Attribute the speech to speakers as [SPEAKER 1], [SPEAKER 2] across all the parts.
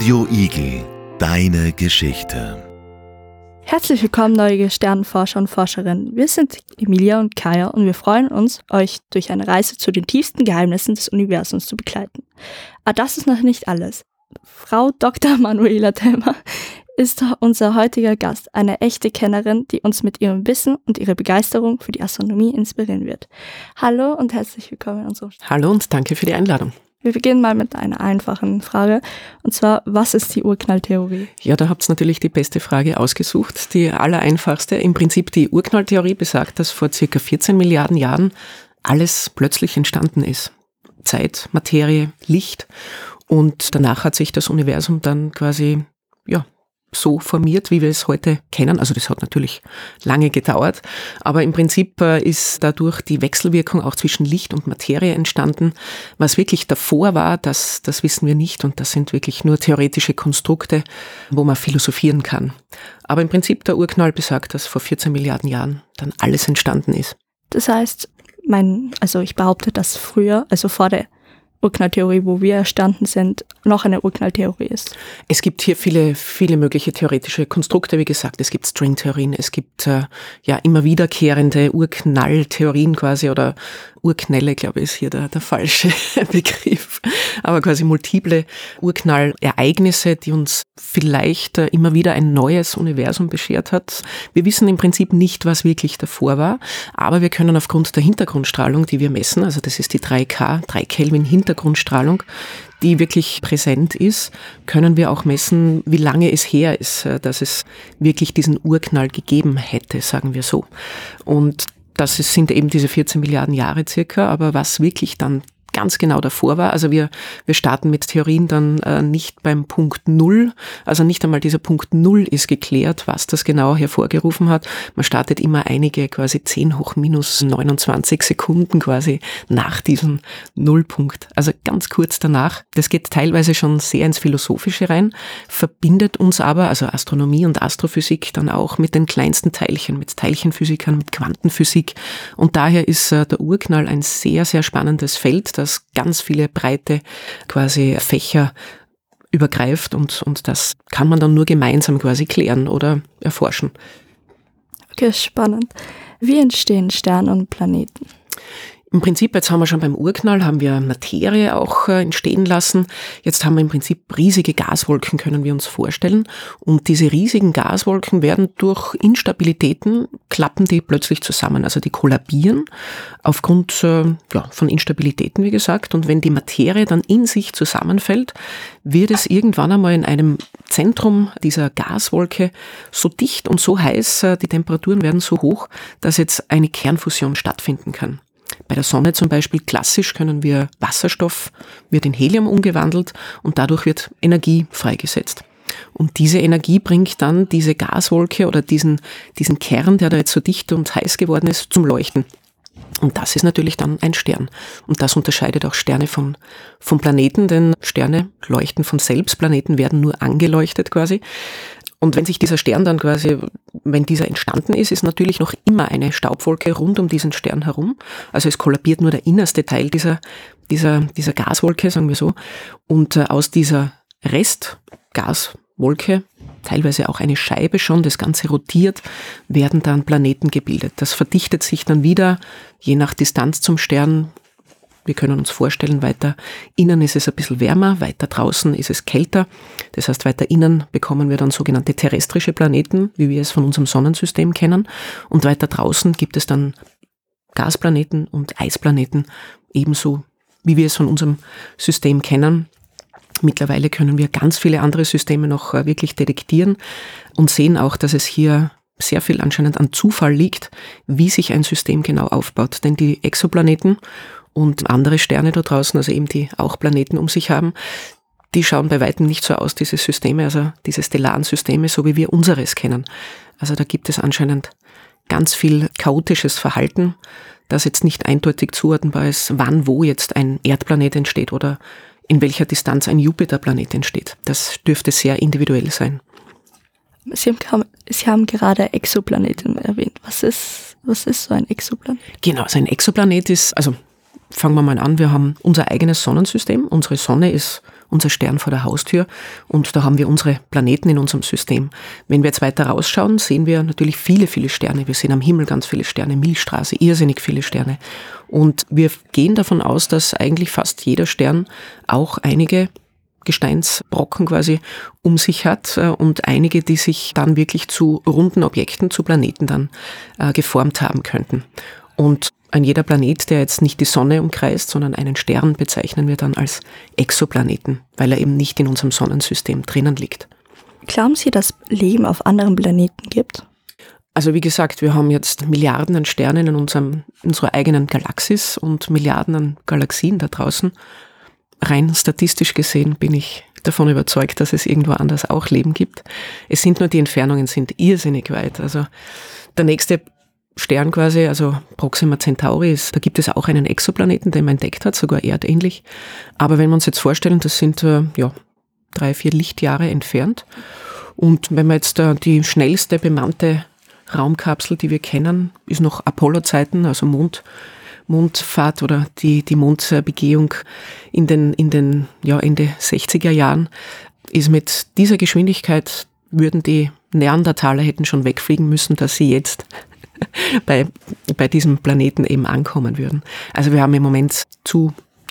[SPEAKER 1] Radio Igel, deine Geschichte.
[SPEAKER 2] Herzlich willkommen, neue Sternenforscher und Forscherinnen. Wir sind Emilia und Kaya und wir freuen uns, euch durch eine Reise zu den tiefsten Geheimnissen des Universums zu begleiten. Aber das ist noch nicht alles. Frau Dr. Manuela Thälmer ist unser heutiger Gast, eine echte Kennerin, die uns mit ihrem Wissen und ihrer Begeisterung für die Astronomie inspirieren wird. Hallo und herzlich willkommen in unserem Studio.
[SPEAKER 3] Hallo und danke für die Einladung.
[SPEAKER 2] Wir beginnen mal mit einer einfachen Frage, und zwar, was ist die Urknalltheorie?
[SPEAKER 3] Ja, da habt ihr natürlich die beste Frage ausgesucht, die allereinfachste. Im Prinzip die Urknalltheorie besagt, dass vor circa 14 Milliarden Jahren alles plötzlich entstanden ist. Zeit, Materie, Licht, und danach hat sich das Universum dann quasi, so formiert, wie wir es heute kennen. Also das hat natürlich lange gedauert, aber im Prinzip ist dadurch die Wechselwirkung auch zwischen Licht und Materie entstanden. Was wirklich davor war, das wissen wir nicht, und das sind wirklich nur theoretische Konstrukte, wo man philosophieren kann. Aber im Prinzip der Urknall besagt, dass vor 14 Milliarden Jahren dann alles entstanden ist.
[SPEAKER 2] Das heißt, ich behaupte, dass früher, also vor der Urknalltheorie, wo wir erstanden sind, noch eine Urknalltheorie ist.
[SPEAKER 3] Es gibt hier viele mögliche theoretische Konstrukte. Wie gesagt, es gibt Stringtheorien, es gibt immer wiederkehrende Urknalltheorien quasi, oder Urknälle, glaube ich, ist hier der falsche Begriff. Aber quasi multiple Urknallereignisse, die uns vielleicht immer wieder ein neues Universum beschert hat. Wir wissen im Prinzip nicht, was wirklich davor war, aber wir können aufgrund der Hintergrundstrahlung, die wir messen, also das ist die 3 Kelvin Hintergrundstrahlung, die wirklich präsent ist, können wir auch messen, wie lange es her ist, dass es wirklich diesen Urknall gegeben hätte, sagen wir so. Und sind eben diese 14 Milliarden Jahre circa, aber was wirklich dann ganz genau davor war. Also wir starten mit Theorien dann nicht beim Punkt Null, also nicht einmal dieser Punkt Null ist geklärt, was das genau hervorgerufen hat. Man startet immer einige quasi 10 hoch minus 29 Sekunden quasi nach diesem Nullpunkt. Also ganz kurz danach. Das geht teilweise schon sehr ins Philosophische rein, verbindet uns aber, also Astronomie und Astrophysik, dann auch mit den kleinsten Teilchen, mit Teilchenphysikern, mit Quantenphysik. Und daher ist der Urknall ein sehr, sehr spannendes Feld, das ganz viele breite quasi Fächer übergreift, und das kann man dann nur gemeinsam quasi klären oder erforschen.
[SPEAKER 2] Okay, spannend. Wie entstehen Sterne und Planeten?
[SPEAKER 3] Im Prinzip, jetzt haben wir schon beim Urknall, haben wir Materie auch entstehen lassen. Jetzt haben wir im Prinzip riesige Gaswolken, können wir uns vorstellen. Und diese riesigen Gaswolken werden durch Instabilitäten, klappen die plötzlich zusammen. Also die kollabieren aufgrund von Instabilitäten, wie gesagt. Und wenn die Materie dann in sich zusammenfällt, wird es irgendwann einmal in einem Zentrum dieser Gaswolke so dicht und so heiß, die Temperaturen werden so hoch, dass jetzt eine Kernfusion stattfinden kann. Bei der Sonne zum Beispiel klassisch können wir Wasserstoff, wird in Helium umgewandelt und dadurch wird Energie freigesetzt. Und diese Energie bringt dann diese Gaswolke oder diesen Kern, der da jetzt so dicht und heiß geworden ist, zum Leuchten. Und das ist natürlich dann ein Stern. Und das unterscheidet auch Sterne von Planeten, denn Sterne leuchten von selbst, Planeten werden nur angeleuchtet quasi. Und wenn sich dieser Stern dann quasi, wenn dieser entstanden ist, ist natürlich noch immer eine Staubwolke rund um diesen Stern herum. Also es kollabiert nur der innerste Teil dieser Gaswolke, sagen wir so. Und aus dieser Restgaswolke, teilweise auch eine Scheibe schon, das Ganze rotiert, werden dann Planeten gebildet. Das verdichtet sich dann wieder, je nach Distanz zum Stern. Wir können uns vorstellen, weiter innen ist es ein bisschen wärmer, weiter draußen ist es kälter. Das heißt, weiter innen bekommen wir dann sogenannte terrestrische Planeten, wie wir es von unserem Sonnensystem kennen. Und weiter draußen gibt es dann Gasplaneten und Eisplaneten, ebenso wie wir es von unserem System kennen. Mittlerweile können wir ganz viele andere Systeme noch wirklich detektieren und sehen auch, dass es hier sehr viel anscheinend an Zufall liegt, wie sich ein System genau aufbaut. Denn die Exoplaneten und andere Sterne da draußen, also eben die auch Planeten um sich haben, die schauen bei weitem nicht so aus, diese Systeme, also diese stellaren Systeme, so wie wir unseres kennen. Also da gibt es anscheinend ganz viel chaotisches Verhalten, das jetzt nicht eindeutig zuordnenbar ist, wann wo jetzt ein Erdplanet entsteht oder in welcher Distanz ein Jupiterplanet entsteht. Das dürfte sehr individuell sein.
[SPEAKER 2] Sie haben gerade Exoplaneten erwähnt. Was ist so ein Exoplanet?
[SPEAKER 3] Genau, also ein Exoplanet ist, also fangen wir mal an, wir haben unser eigenes Sonnensystem. Unsere Sonne ist unser Stern vor der Haustür und da haben wir unsere Planeten in unserem System. Wenn wir jetzt weiter rausschauen, sehen wir natürlich viele, viele Sterne. Wir sehen am Himmel ganz viele Sterne, Milchstraße, irrsinnig viele Sterne. Und wir gehen davon aus, dass eigentlich fast jeder Stern auch einige Gesteinsbrocken quasi um sich hat und einige, die sich dann wirklich zu runden Objekten, zu Planeten dann geformt haben könnten. Und ein jeder Planet, der jetzt nicht die Sonne umkreist, sondern einen Stern, bezeichnen wir dann als Exoplaneten, weil er eben nicht in unserem Sonnensystem drinnen liegt.
[SPEAKER 2] Glauben Sie, dass Leben auf anderen Planeten gibt?
[SPEAKER 3] Also wie gesagt, wir haben jetzt Milliarden an Sternen in unserer eigenen Galaxis und Milliarden an Galaxien da draußen. Rein statistisch gesehen bin ich davon überzeugt, dass es irgendwo anders auch Leben gibt. Es sind nur die Entfernungen sind irrsinnig weit. Also der nächste Stern quasi, also Proxima Centauri, da gibt es auch einen Exoplaneten, den man entdeckt hat, sogar erdähnlich. Aber wenn wir uns jetzt vorstellen, das sind 3-4 Lichtjahre entfernt. Und wenn wir jetzt die schnellste bemannte Raumkapsel, die wir kennen, ist noch Apollo-Zeiten, also Mondfahrt oder die Mondbegehung in den Ende 60er Jahren, ist mit dieser Geschwindigkeit, würden die Neandertaler hätten schon wegfliegen müssen, dass sie jetzt bei diesem Planeten eben ankommen würden. Also wir haben im Moment zu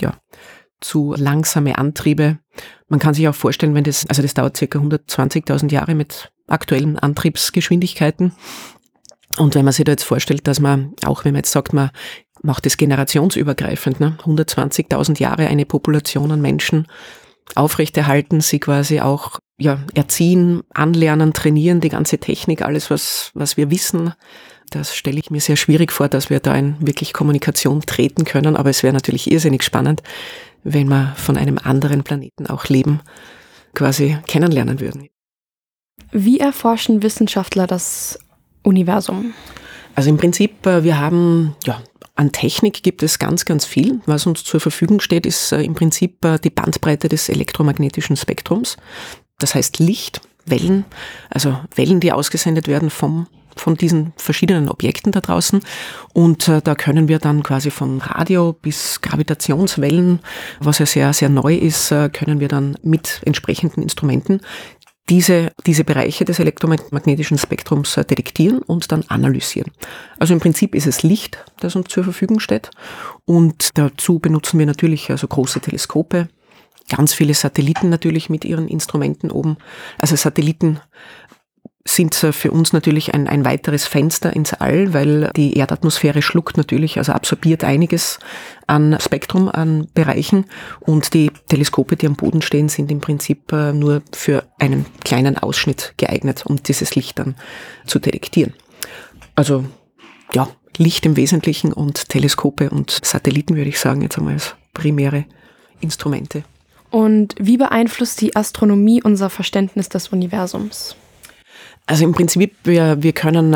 [SPEAKER 3] langsame Antriebe. Man kann sich auch vorstellen, das dauert ca. 120.000 Jahre mit aktuellen Antriebsgeschwindigkeiten. Und wenn man sich da jetzt vorstellt, dass man, auch wenn man jetzt sagt, man macht es generationsübergreifend, 120.000 Jahre eine Population an Menschen aufrechterhalten, sie quasi auch erziehen, anlernen, trainieren, die ganze Technik, alles was wir wissen. Das stelle ich mir sehr schwierig vor, dass wir da in wirklich Kommunikation treten können, aber es wäre natürlich irrsinnig spannend, wenn wir von einem anderen Planeten auch Leben quasi kennenlernen würden.
[SPEAKER 4] Wie erforschen Wissenschaftler das Universum?
[SPEAKER 3] Also im Prinzip, wir haben, an Technik gibt es ganz, ganz viel. Was uns zur Verfügung steht, ist im Prinzip die Bandbreite des elektromagnetischen Spektrums. Das heißt Licht, Wellen, also Wellen, die ausgesendet werden von diesen verschiedenen Objekten da draußen. Und da können wir dann quasi von Radio bis Gravitationswellen, was ja sehr, sehr neu ist, können wir dann mit entsprechenden Instrumenten diese Bereiche des elektromagnetischen Spektrums detektieren und dann analysieren. Also im Prinzip ist es Licht, das uns zur Verfügung steht. Und dazu benutzen wir natürlich also große Teleskope, ganz viele Satelliten natürlich mit ihren Instrumenten oben. Also Satelliten sind für uns natürlich ein weiteres Fenster ins All, weil die Erdatmosphäre schluckt natürlich, also absorbiert einiges an Spektrum, an Bereichen und die Teleskope, die am Boden stehen, sind im Prinzip nur für einen kleinen Ausschnitt geeignet, um dieses Licht dann zu detektieren. Also Licht im Wesentlichen und Teleskope und Satelliten würde ich sagen jetzt einmal als primäre Instrumente.
[SPEAKER 4] Und wie beeinflusst die Astronomie unser Verständnis des Universums?
[SPEAKER 3] Also im Prinzip, wir können,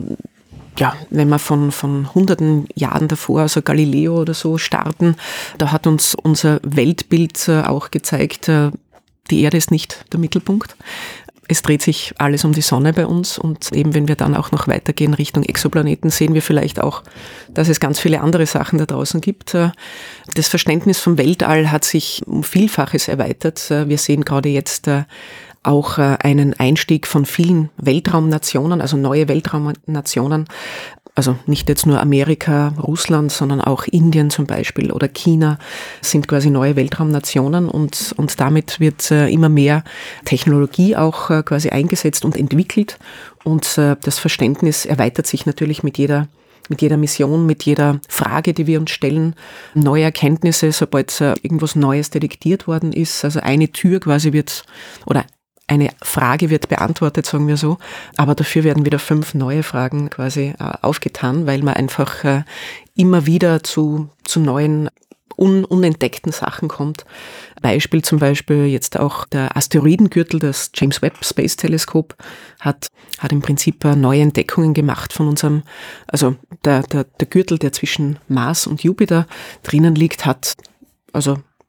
[SPEAKER 3] wenn wir von hunderten Jahren davor, also Galileo oder so starten, da hat uns unser Weltbild auch gezeigt, die Erde ist nicht der Mittelpunkt. Es dreht sich alles um die Sonne bei uns und eben wenn wir dann auch noch weitergehen Richtung Exoplaneten, sehen wir vielleicht auch, dass es ganz viele andere Sachen da draußen gibt. Das Verständnis vom Weltall hat sich um Vielfaches erweitert. Wir sehen gerade jetzt auch einen Einstieg von vielen Weltraumnationen, also neue Weltraumnationen, also nicht jetzt nur Amerika, Russland, sondern auch Indien zum Beispiel oder China sind quasi neue Weltraumnationen und damit wird immer mehr Technologie auch quasi eingesetzt und entwickelt und das Verständnis erweitert sich natürlich mit jeder Mission, mit jeder Frage, die wir uns stellen, neue Erkenntnisse, sobald irgendwas Neues detektiert worden ist, also eine Tür quasi eine Frage wird beantwortet, sagen wir so, aber dafür werden wieder 5 neue Fragen quasi aufgetan, weil man einfach immer wieder zu neuen, unentdeckten Sachen kommt. Beispiel zum Beispiel jetzt auch der Asteroidengürtel, das James Webb Space Teleskop hat im Prinzip neue Entdeckungen gemacht von unserem, also der Gürtel, der zwischen Mars und Jupiter drinnen liegt, hat also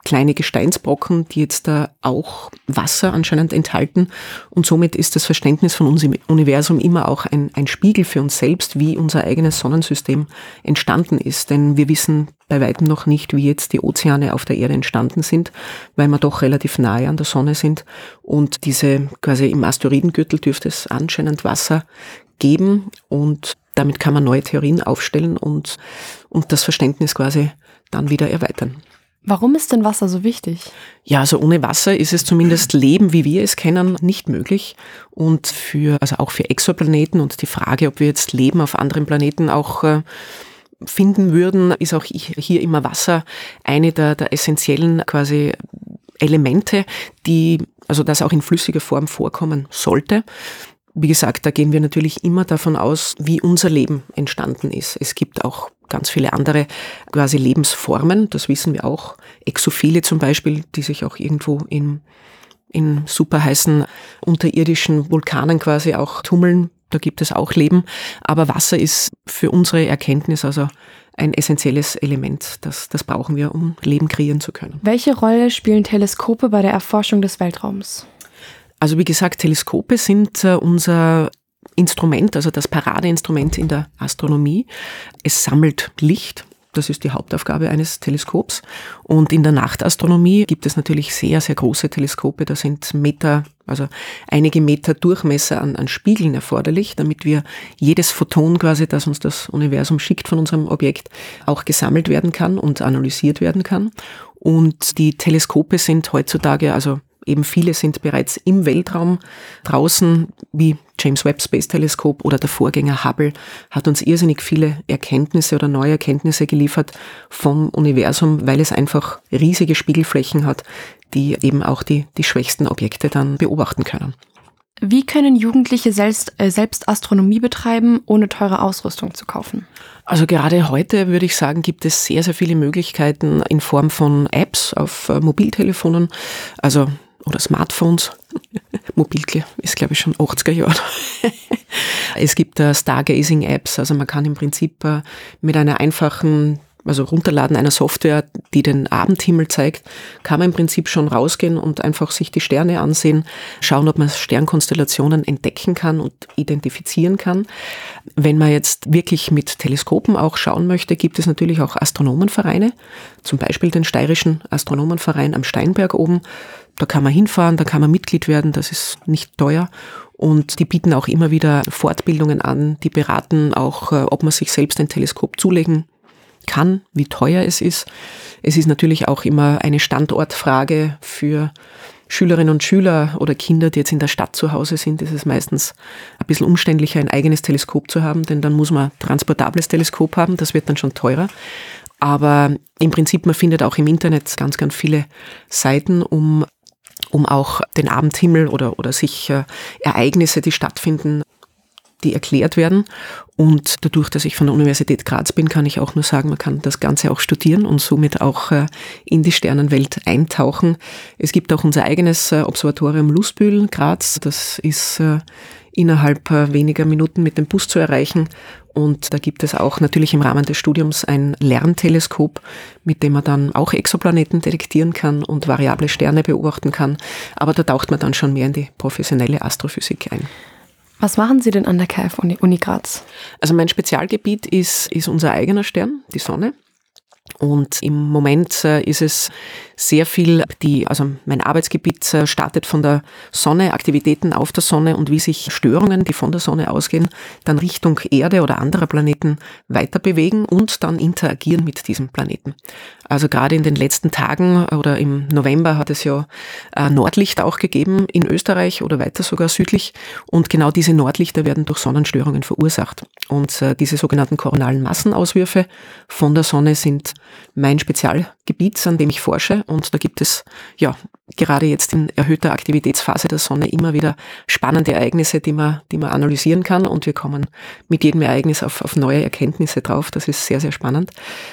[SPEAKER 3] kleine Gesteinsbrocken, die jetzt da auch Wasser anscheinend enthalten. Und somit ist das Verständnis von unserem Universum immer auch ein Spiegel für uns selbst, wie unser eigenes Sonnensystem entstanden ist. Denn wir wissen bei weitem noch nicht, wie jetzt die Ozeane auf der Erde entstanden sind, weil wir doch relativ nahe an der Sonne sind. Und diese quasi im Asteroidengürtel dürfte es anscheinend Wasser geben. Und damit kann man neue Theorien aufstellen und das Verständnis quasi dann wieder erweitern.
[SPEAKER 4] Warum ist denn Wasser so wichtig?
[SPEAKER 3] Ja, also ohne Wasser ist es zumindest Leben, wie wir es kennen, nicht möglich. Und also auch für Exoplaneten und die Frage, ob wir jetzt Leben auf anderen Planeten auch finden würden, ist auch hier immer Wasser eine der essentiellen quasi Elemente, also das auch in flüssiger Form vorkommen sollte. Wie gesagt, da gehen wir natürlich immer davon aus, wie unser Leben entstanden ist. Es gibt auch ganz viele andere quasi Lebensformen, das wissen wir auch. Exophile zum Beispiel, die sich auch irgendwo in superheißen unterirdischen Vulkanen quasi auch tummeln. Da gibt es auch Leben. Aber Wasser ist für unsere Erkenntnis also ein essentielles Element. Das brauchen wir, um Leben kreieren zu können.
[SPEAKER 4] Welche Rolle spielen Teleskope bei der Erforschung des Weltraums?
[SPEAKER 3] Also wie gesagt, Teleskope sind unser Instrument, also das Paradeinstrument in der Astronomie. Es sammelt Licht. Das ist die Hauptaufgabe eines Teleskops. Und in der Nachtastronomie gibt es natürlich sehr, sehr große Teleskope. Da sind einige Meter Durchmesser an Spiegeln erforderlich, damit wir jedes Photon quasi, das uns das Universum schickt von unserem Objekt, auch gesammelt werden kann und analysiert werden kann. Und die Teleskope sind heutzutage, also eben viele sind bereits im Weltraum draußen, wie James Webb Space Telescope oder der Vorgänger Hubble, hat uns irrsinnig viele Erkenntnisse oder neue Erkenntnisse geliefert vom Universum, weil es einfach riesige Spiegelflächen hat, die eben auch die schwächsten Objekte dann beobachten können.
[SPEAKER 4] Wie können Jugendliche selbst Astronomie betreiben, ohne teure Ausrüstung zu kaufen?
[SPEAKER 3] Also gerade heute würde ich sagen, gibt es sehr, sehr viele Möglichkeiten in Form von Apps auf Mobiltelefonen, oder Smartphones. Mobil ist, glaube ich, schon 80er Jahre. Es gibt Stargazing-Apps, also man kann im Prinzip mit einer einfachen, Runterladen einer Software, die den Abendhimmel zeigt, kann man im Prinzip schon rausgehen und einfach sich die Sterne ansehen, schauen, ob man Sternkonstellationen entdecken kann und identifizieren kann. Wenn man jetzt wirklich mit Teleskopen auch schauen möchte, gibt es natürlich auch Astronomenvereine, zum Beispiel den Steirischen Astronomenverein am Steinberg oben. Da kann man hinfahren, da kann man Mitglied werden, das ist nicht teuer. Und die bieten auch immer wieder Fortbildungen an, die beraten auch, ob man sich selbst ein Teleskop zulegen kann, wie teuer es ist. Es ist natürlich auch immer eine Standortfrage für Schülerinnen und Schüler oder Kinder, die jetzt in der Stadt zu Hause sind. Ist es meistens ein bisschen umständlicher, ein eigenes Teleskop zu haben, denn dann muss man ein transportables Teleskop haben, das wird dann schon teurer. Aber im Prinzip, man findet auch im Internet ganz, ganz viele Seiten, um auch den Abendhimmel oder sich Ereignisse, die stattfinden, die erklärt werden. Und dadurch, dass ich von der Universität Graz bin, kann ich auch nur sagen, man kann das Ganze auch studieren und somit auch in die Sternenwelt eintauchen. Es gibt auch unser eigenes Observatorium Lustbühl, Graz. Das ist innerhalb weniger Minuten mit dem Bus zu erreichen. Und da gibt es auch natürlich im Rahmen des Studiums ein Lernteleskop, mit dem man dann auch Exoplaneten detektieren kann und variable Sterne beobachten kann. Aber da taucht man dann schon mehr in die professionelle Astrophysik ein.
[SPEAKER 4] Was machen Sie denn an der KF-Uni Graz?
[SPEAKER 3] Also mein Spezialgebiet ist unser eigener Stern, die Sonne. Und im Moment ist es sehr viel, mein Arbeitsgebiet startet von der Sonne, Aktivitäten auf der Sonne und wie sich Störungen, die von der Sonne ausgehen, dann Richtung Erde oder anderer Planeten weiter bewegen und dann interagieren mit diesem Planeten. Also gerade in den letzten Tagen oder im November hat es ja Nordlicht auch gegeben in Österreich oder weiter sogar südlich und genau diese Nordlichter werden durch Sonnenstörungen verursacht. Und diese sogenannten koronalen Massenauswürfe von der Sonne sind mein Spezialgebiet, an dem ich forsche. Und da gibt es gerade jetzt in erhöhter Aktivitätsphase der Sonne immer wieder spannende Ereignisse, die man analysieren kann. Und wir kommen mit jedem Ereignis auf neue Erkenntnisse drauf. Das ist sehr, sehr spannend.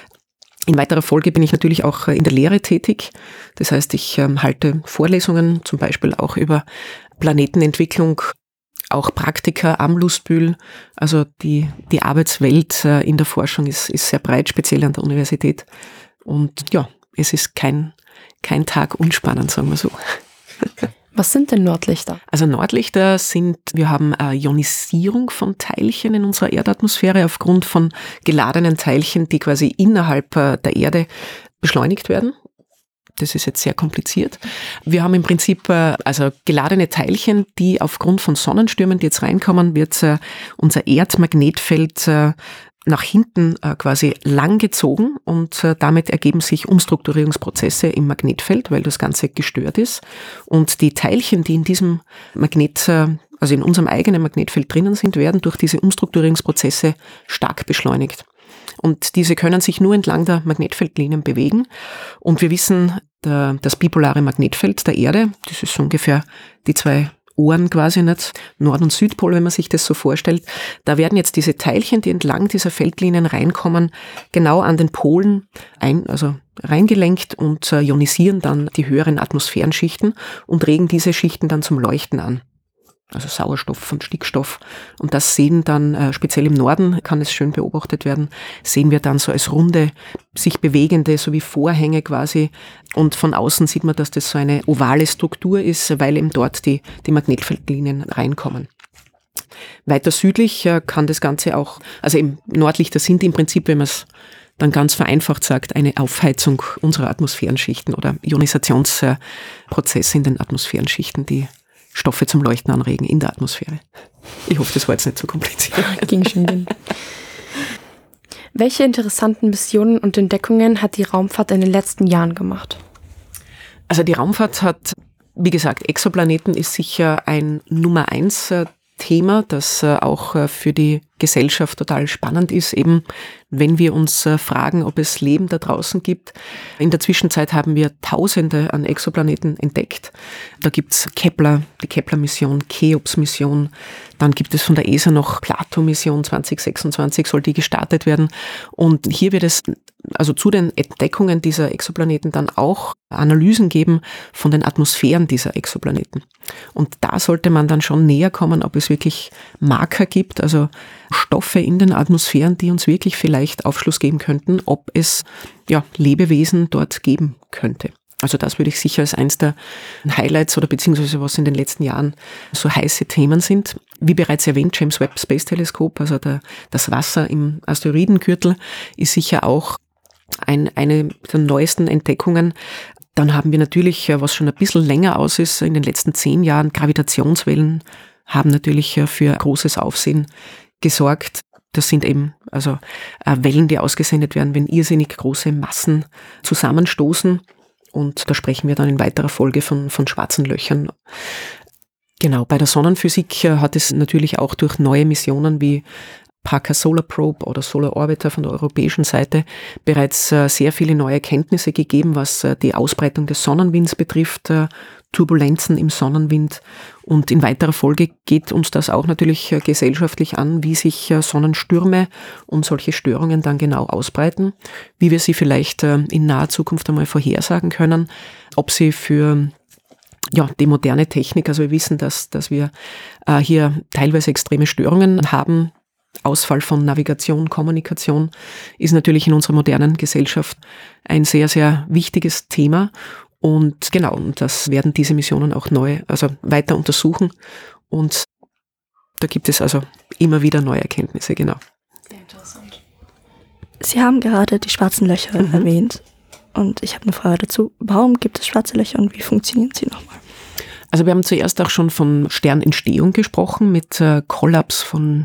[SPEAKER 3] In weiterer Folge bin ich natürlich auch in der Lehre tätig. Das heißt, ich halte Vorlesungen, zum Beispiel auch über Planetenentwicklung, auch Praktika am Lustbühl. Also die Arbeitswelt in der Forschung ist sehr breit, speziell an der Universität. Und ja, es ist kein kein Tag unspannend, sagen wir so.
[SPEAKER 4] Was sind denn Nordlichter?
[SPEAKER 3] Also Nordlichter wir haben eine Ionisierung von Teilchen in unserer Erdatmosphäre aufgrund von geladenen Teilchen, die quasi innerhalb der Erde beschleunigt werden. Das ist jetzt sehr kompliziert. Wir haben im Prinzip also geladene Teilchen, die aufgrund von Sonnenstürmen, die jetzt reinkommen, wird unser Erdmagnetfeld nach hinten quasi langgezogen und damit ergeben sich Umstrukturierungsprozesse im Magnetfeld, weil das Ganze gestört ist. Und die Teilchen, die in diesem also in unserem eigenen Magnetfeld drinnen sind, werden durch diese Umstrukturierungsprozesse stark beschleunigt. Und diese können sich nur entlang der Magnetfeldlinien bewegen. Und wir wissen, das bipolare Magnetfeld der Erde, das ist so ungefähr die zwei Ohren quasi, nicht Nord- und Südpol, wenn man sich das so vorstellt. Da werden jetzt diese Teilchen, die entlang dieser Feldlinien reinkommen, genau an den Polen reingelenkt und ionisieren dann die höheren Atmosphärenschichten und regen diese Schichten dann zum Leuchten an. Also Sauerstoff und Stickstoff. Und das sehen dann, speziell im Norden kann es schön beobachtet werden, sehen wir dann so als runde, sich bewegende, so wie Vorhänge quasi. Und von außen sieht man, dass das so eine ovale Struktur ist, weil eben dort die Magnetfeldlinien reinkommen. Weiter südlich kann das Ganze auch, also im Nordlichter sind im Prinzip, wenn man es dann ganz vereinfacht sagt, eine Aufheizung unserer Atmosphärenschichten oder Ionisationsprozesse in den Atmosphärenschichten, die Stoffe zum Leuchten anregen in der Atmosphäre. Ich hoffe, das war jetzt nicht so kompliziert.
[SPEAKER 4] Ging schon hin. Welche interessanten Missionen und Entdeckungen hat die Raumfahrt in den letzten Jahren gemacht?
[SPEAKER 3] Also die Raumfahrt hat, wie gesagt, Exoplaneten ist sicher ein Nummer 1 Thema, das auch für die Gesellschaft total spannend ist, eben wenn wir uns fragen, ob es Leben da draußen gibt. In der Zwischenzeit haben wir Tausende an Exoplaneten entdeckt. Da gibt's Kepler, die Kepler-Mission, Cheops-Mission, dann gibt es von der ESA noch Plato-Mission 2026, soll die gestartet werden. Und hier wird es also zu den Entdeckungen dieser Exoplaneten dann auch Analysen geben von den Atmosphären dieser Exoplaneten. Und da sollte man dann schon näher kommen, ob es wirklich Marker gibt, also Stoffe in den Atmosphären, die uns wirklich vielleicht Aufschluss geben könnten, ob es Lebewesen dort geben könnte. Also das würde ich sicher als eins der Highlights oder beziehungsweise was in den letzten Jahren so heiße Themen sind. Wie bereits erwähnt, James Webb Space Telescope, also das Wasser im Asteroidengürtel, ist sicher auch eine der neuesten Entdeckungen. Dann haben wir natürlich, was schon ein bisschen länger aus ist, in den letzten 10 Jahren, Gravitationswellen haben natürlich für großes Aufsehen gesorgt. Das sind eben Wellen, die ausgesendet werden, wenn irrsinnig große Massen zusammenstoßen. Und da sprechen wir dann in weiterer Folge von schwarzen Löchern. Genau, bei der Sonnenphysik hat es natürlich auch durch neue Missionen wie Parker Solar Probe oder Solar Orbiter von der europäischen Seite bereits sehr viele neue Erkenntnisse gegeben, was die Ausbreitung des Sonnenwinds betrifft, Turbulenzen im Sonnenwind. Und in weiterer Folge geht uns das auch natürlich gesellschaftlich an, wie sich Sonnenstürme und solche Störungen dann genau ausbreiten, wie wir sie vielleicht in naher Zukunft einmal vorhersagen können, ob sie für die moderne Technik, also wir wissen, dass wir hier teilweise extreme Störungen haben. Ausfall von Navigation, Kommunikation ist natürlich in unserer modernen Gesellschaft ein sehr, sehr wichtiges Thema. Und genau, das werden diese Missionen auch weiter untersuchen. Und da gibt es also immer wieder neue Erkenntnisse, genau.
[SPEAKER 4] Sehr interessant.
[SPEAKER 2] Sie haben gerade die schwarzen Löcher erwähnt. Und ich habe eine Frage dazu. Warum gibt es schwarze Löcher und wie funktionieren sie nochmal?
[SPEAKER 3] Also wir haben zuerst auch schon von Sternentstehung gesprochen, mit Kollaps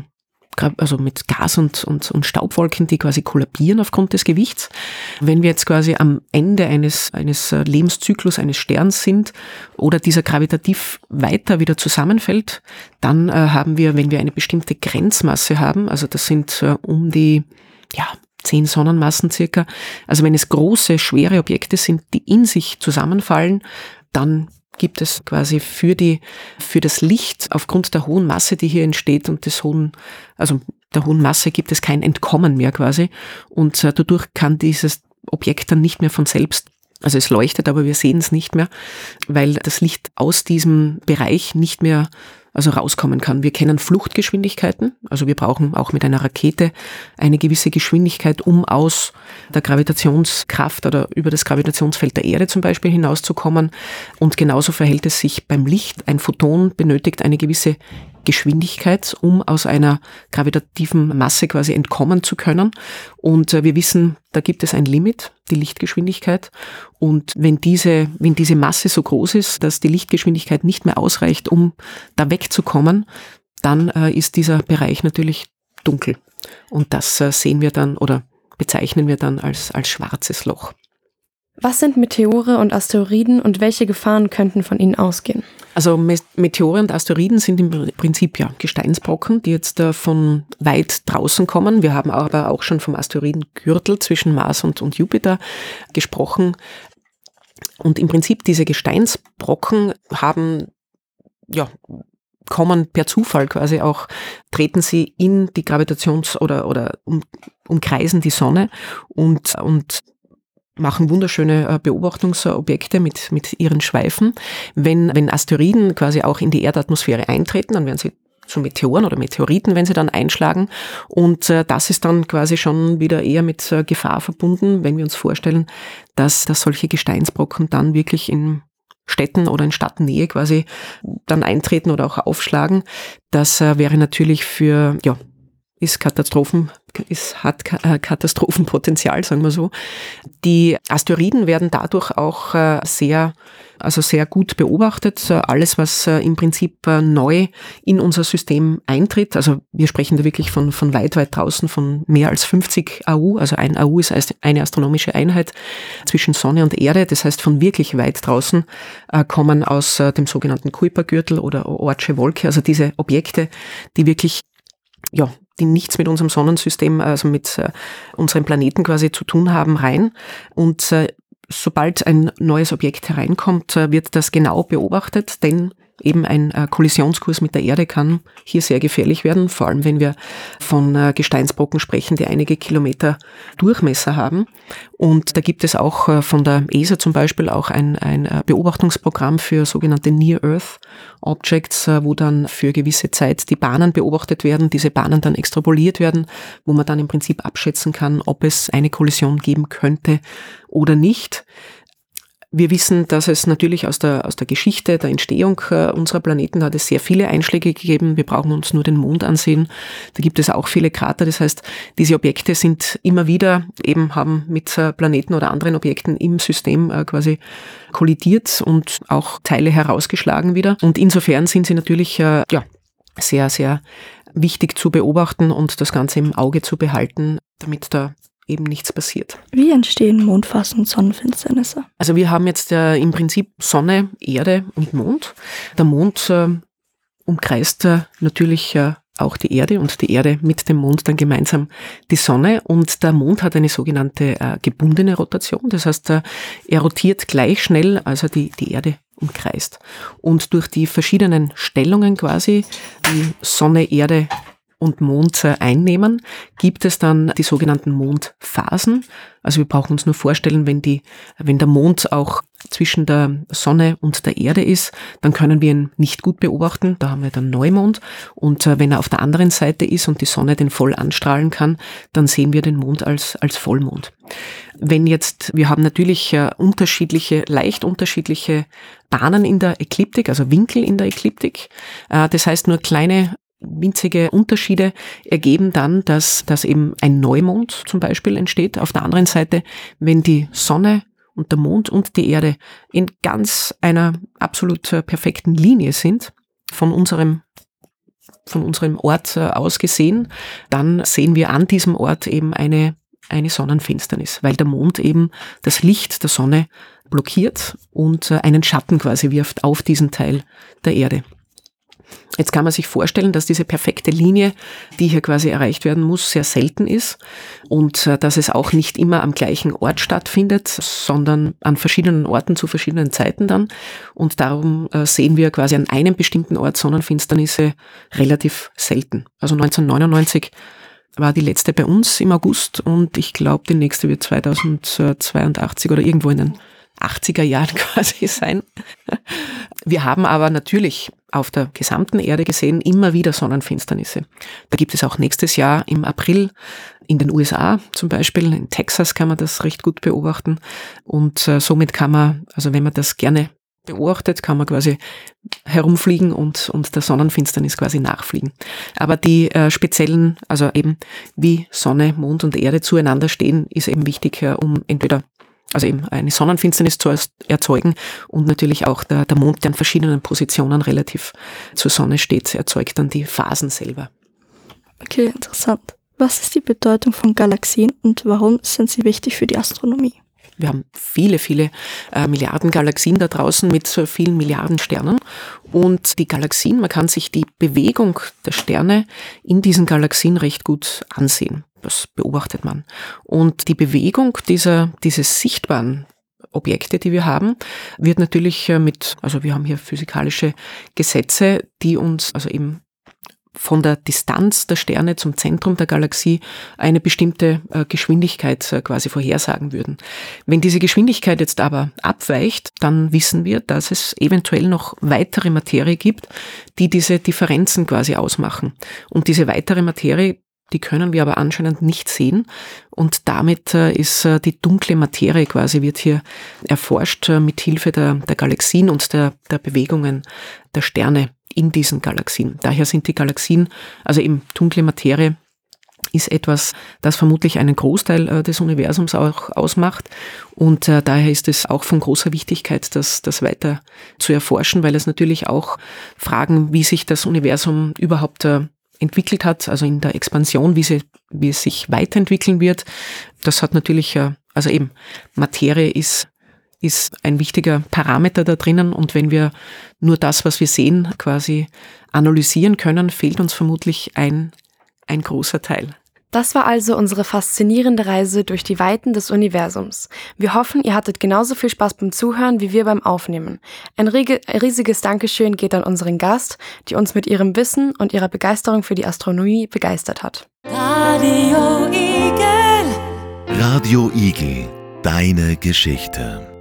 [SPEAKER 3] mit Gas und Staubwolken, die quasi kollabieren aufgrund des Gewichts. Wenn wir jetzt quasi am Ende eines Lebenszyklus eines Sterns sind oder dieser gravitativ weiter wieder zusammenfällt, dann haben wir, wenn wir eine bestimmte Grenzmasse haben, also das sind um die 10 Sonnenmassen circa, also wenn es große, schwere Objekte sind, die in sich zusammenfallen, dann gibt es quasi für das Licht aufgrund der hohen Masse, die hier entsteht und der hohen Masse gibt es kein Entkommen mehr quasi und dadurch kann dieses Objekt dann nicht mehr von selbst, also es leuchtet, aber wir sehen es nicht mehr, weil das Licht aus diesem Bereich nicht mehr also rauskommen kann. Wir kennen Fluchtgeschwindigkeiten, also wir brauchen auch mit einer Rakete eine gewisse Geschwindigkeit, um aus der Gravitationskraft oder über das Gravitationsfeld der Erde zum Beispiel hinauszukommen. Und genauso verhält es sich beim Licht. Ein Photon benötigt eine gewisse Geschwindigkeit, um aus einer gravitativen Masse quasi entkommen zu können. Und wir wissen, da gibt es ein Limit, die Lichtgeschwindigkeit. Und wenn diese Masse so groß ist, dass die Lichtgeschwindigkeit nicht mehr ausreicht, um da wegzukommen, dann ist dieser Bereich natürlich dunkel. Und das sehen wir dann oder bezeichnen wir dann als schwarzes Loch.
[SPEAKER 4] Was sind Meteore und Asteroiden und welche Gefahren könnten von ihnen ausgehen?
[SPEAKER 3] Also Meteore und Asteroiden sind im Prinzip ja Gesteinsbrocken, die jetzt von weit draußen kommen. Wir haben aber auch schon vom Asteroidengürtel zwischen Mars und Jupiter gesprochen. Und im Prinzip diese Gesteinsbrocken kommen per Zufall quasi auch, treten sie in die Gravitations- oder umkreisen die Sonne und machen wunderschöne Beobachtungsobjekte mit ihren Schweifen. Wenn Asteroiden quasi auch in die Erdatmosphäre eintreten, dann werden sie zu Meteoren oder Meteoriten, wenn sie dann einschlagen. Und das ist dann quasi schon wieder eher mit Gefahr verbunden, wenn wir uns vorstellen, dass solche Gesteinsbrocken dann wirklich in Städten oder in Stadtnähe quasi dann eintreten oder auch aufschlagen. Das wäre natürlich hat Katastrophenpotenzial, sagen wir so. Die Asteroiden werden dadurch auch sehr gut beobachtet. Alles, was im Prinzip neu in unser System eintritt, also wir sprechen da wirklich von weit, weit draußen, von mehr als 50 AU, also ein AU ist eine astronomische Einheit zwischen Sonne und Erde, das heißt von wirklich weit draußen kommen aus dem sogenannten Kuipergürtel oder Oortsche Wolke, also diese Objekte, die wirklich, die nichts mit unserem Sonnensystem, also mit unserem Planeten quasi zu tun haben, rein. Und sobald ein neues Objekt hereinkommt, wird das genau beobachtet, denn eben ein Kollisionskurs mit der Erde kann hier sehr gefährlich werden, vor allem wenn wir von Gesteinsbrocken sprechen, die einige Kilometer Durchmesser haben. Und da gibt es auch von der ESA zum Beispiel auch ein Beobachtungsprogramm für sogenannte Near-Earth Objects, wo dann für gewisse Zeit die Bahnen beobachtet werden, diese Bahnen dann extrapoliert werden, wo man dann im Prinzip abschätzen kann, ob es eine Kollision geben könnte oder nicht. Wir wissen, dass es natürlich aus der Geschichte der Entstehung unserer Planeten hat es sehr viele Einschläge gegeben. Wir brauchen uns nur den Mond ansehen. Da gibt es auch viele Krater. Das heißt, diese Objekte sind immer wieder haben mit Planeten oder anderen Objekten im System quasi kollidiert und auch Teile herausgeschlagen wieder. Und insofern sind sie natürlich sehr, sehr wichtig zu beobachten und das Ganze im Auge zu behalten, damit da eben nichts passiert.
[SPEAKER 2] Wie entstehen Mondphasen und Sonnenfinsternisse?
[SPEAKER 3] Also wir haben jetzt im Prinzip Sonne, Erde und Mond. Der Mond umkreist natürlich auch die Erde und die Erde mit dem Mond dann gemeinsam die Sonne. Und der Mond hat eine sogenannte gebundene Rotation. Das heißt, er rotiert gleich schnell, als er die Erde umkreist. Und durch die verschiedenen Stellungen quasi, die Sonne, Erde und Mond einnehmen, gibt es dann die sogenannten Mondphasen. Also wir brauchen uns nur vorstellen, wenn der Mond auch zwischen der Sonne und der Erde ist, dann können wir ihn nicht gut beobachten, da haben wir dann Neumond. Und wenn er auf der anderen Seite ist und die Sonne den voll anstrahlen kann, dann sehen wir den Mond als Vollmond. Wir haben natürlich leicht unterschiedliche Bahnen in der Ekliptik, also Winkel in der Ekliptik. Das heißt, nur kleine winzige Unterschiede ergeben dann, dass eben ein Neumond zum Beispiel entsteht. Auf der anderen Seite, wenn die Sonne und der Mond und die Erde in ganz einer absolut perfekten Linie sind, von unserem Ort aus gesehen, dann sehen wir an diesem Ort eben eine Sonnenfinsternis, weil der Mond eben das Licht der Sonne blockiert und einen Schatten quasi wirft auf diesen Teil der Erde. Jetzt kann man sich vorstellen, dass diese perfekte Linie, die hier quasi erreicht werden muss, sehr selten ist und dass es auch nicht immer am gleichen Ort stattfindet, sondern an verschiedenen Orten zu verschiedenen Zeiten dann. Und darum sehen wir quasi an einem bestimmten Ort Sonnenfinsternisse relativ selten. Also 1999 war die letzte bei uns im August und ich glaube, die nächste wird 2082 oder irgendwo in den 80er Jahren quasi sein. Wir haben aber natürlich auf der gesamten Erde gesehen immer wieder Sonnenfinsternisse. Da gibt es auch nächstes Jahr im April in den USA zum Beispiel, in Texas kann man das recht gut beobachten und somit kann man, also wenn man das gerne beobachtet, kann man quasi herumfliegen und der Sonnenfinsternis quasi nachfliegen. Aber die speziellen, also eben wie Sonne, Mond und Erde zueinander stehen, ist eben wichtig, um entweder also eben eine Sonnenfinsternis zu erzeugen und natürlich auch der Mond, der an verschiedenen Positionen relativ zur Sonne steht, erzeugt dann die Phasen selber.
[SPEAKER 2] Okay, interessant. Was ist die Bedeutung von Galaxien und warum sind sie wichtig für die Astronomie?
[SPEAKER 3] Wir haben viele Milliarden Galaxien da draußen mit so vielen Milliarden Sternen. Und die Galaxien, man kann sich die Bewegung der Sterne in diesen Galaxien recht gut ansehen. Das beobachtet man. Und die Bewegung dieses sichtbaren Objekte, die wir haben, wird natürlich also wir haben hier physikalische Gesetze, die uns also eben von der Distanz der Sterne zum Zentrum der Galaxie eine bestimmte Geschwindigkeit quasi vorhersagen würden. Wenn diese Geschwindigkeit jetzt aber abweicht, dann wissen wir, dass es eventuell noch weitere Materie gibt, die diese Differenzen quasi ausmachen. Und diese weitere Materie, die können wir aber anscheinend nicht sehen und damit ist die dunkle Materie quasi, wird hier erforscht mit Hilfe der Galaxien und der Bewegungen der Sterne in diesen Galaxien. Daher sind die Galaxien, also eben dunkle Materie, ist etwas, das vermutlich einen Großteil des Universums auch ausmacht und daher ist es auch von großer Wichtigkeit, das weiter zu erforschen, weil es natürlich auch Fragen, wie sich das Universum überhaupt entwickelt hat, also in der Expansion, wie es sich weiterentwickeln wird. Das hat natürlich, also eben Materie ist ein wichtiger Parameter da drinnen und wenn wir nur das, was wir sehen, quasi analysieren können, fehlt uns vermutlich ein großer Teil.
[SPEAKER 4] Das war also unsere faszinierende Reise durch die Weiten des Universums. Wir hoffen, ihr hattet genauso viel Spaß beim Zuhören wie wir beim Aufnehmen. Ein riesiges Dankeschön geht an unseren Gast, die uns mit ihrem Wissen und ihrer Begeisterung für die Astronomie begeistert hat.
[SPEAKER 1] Radio Igel, deine Geschichte.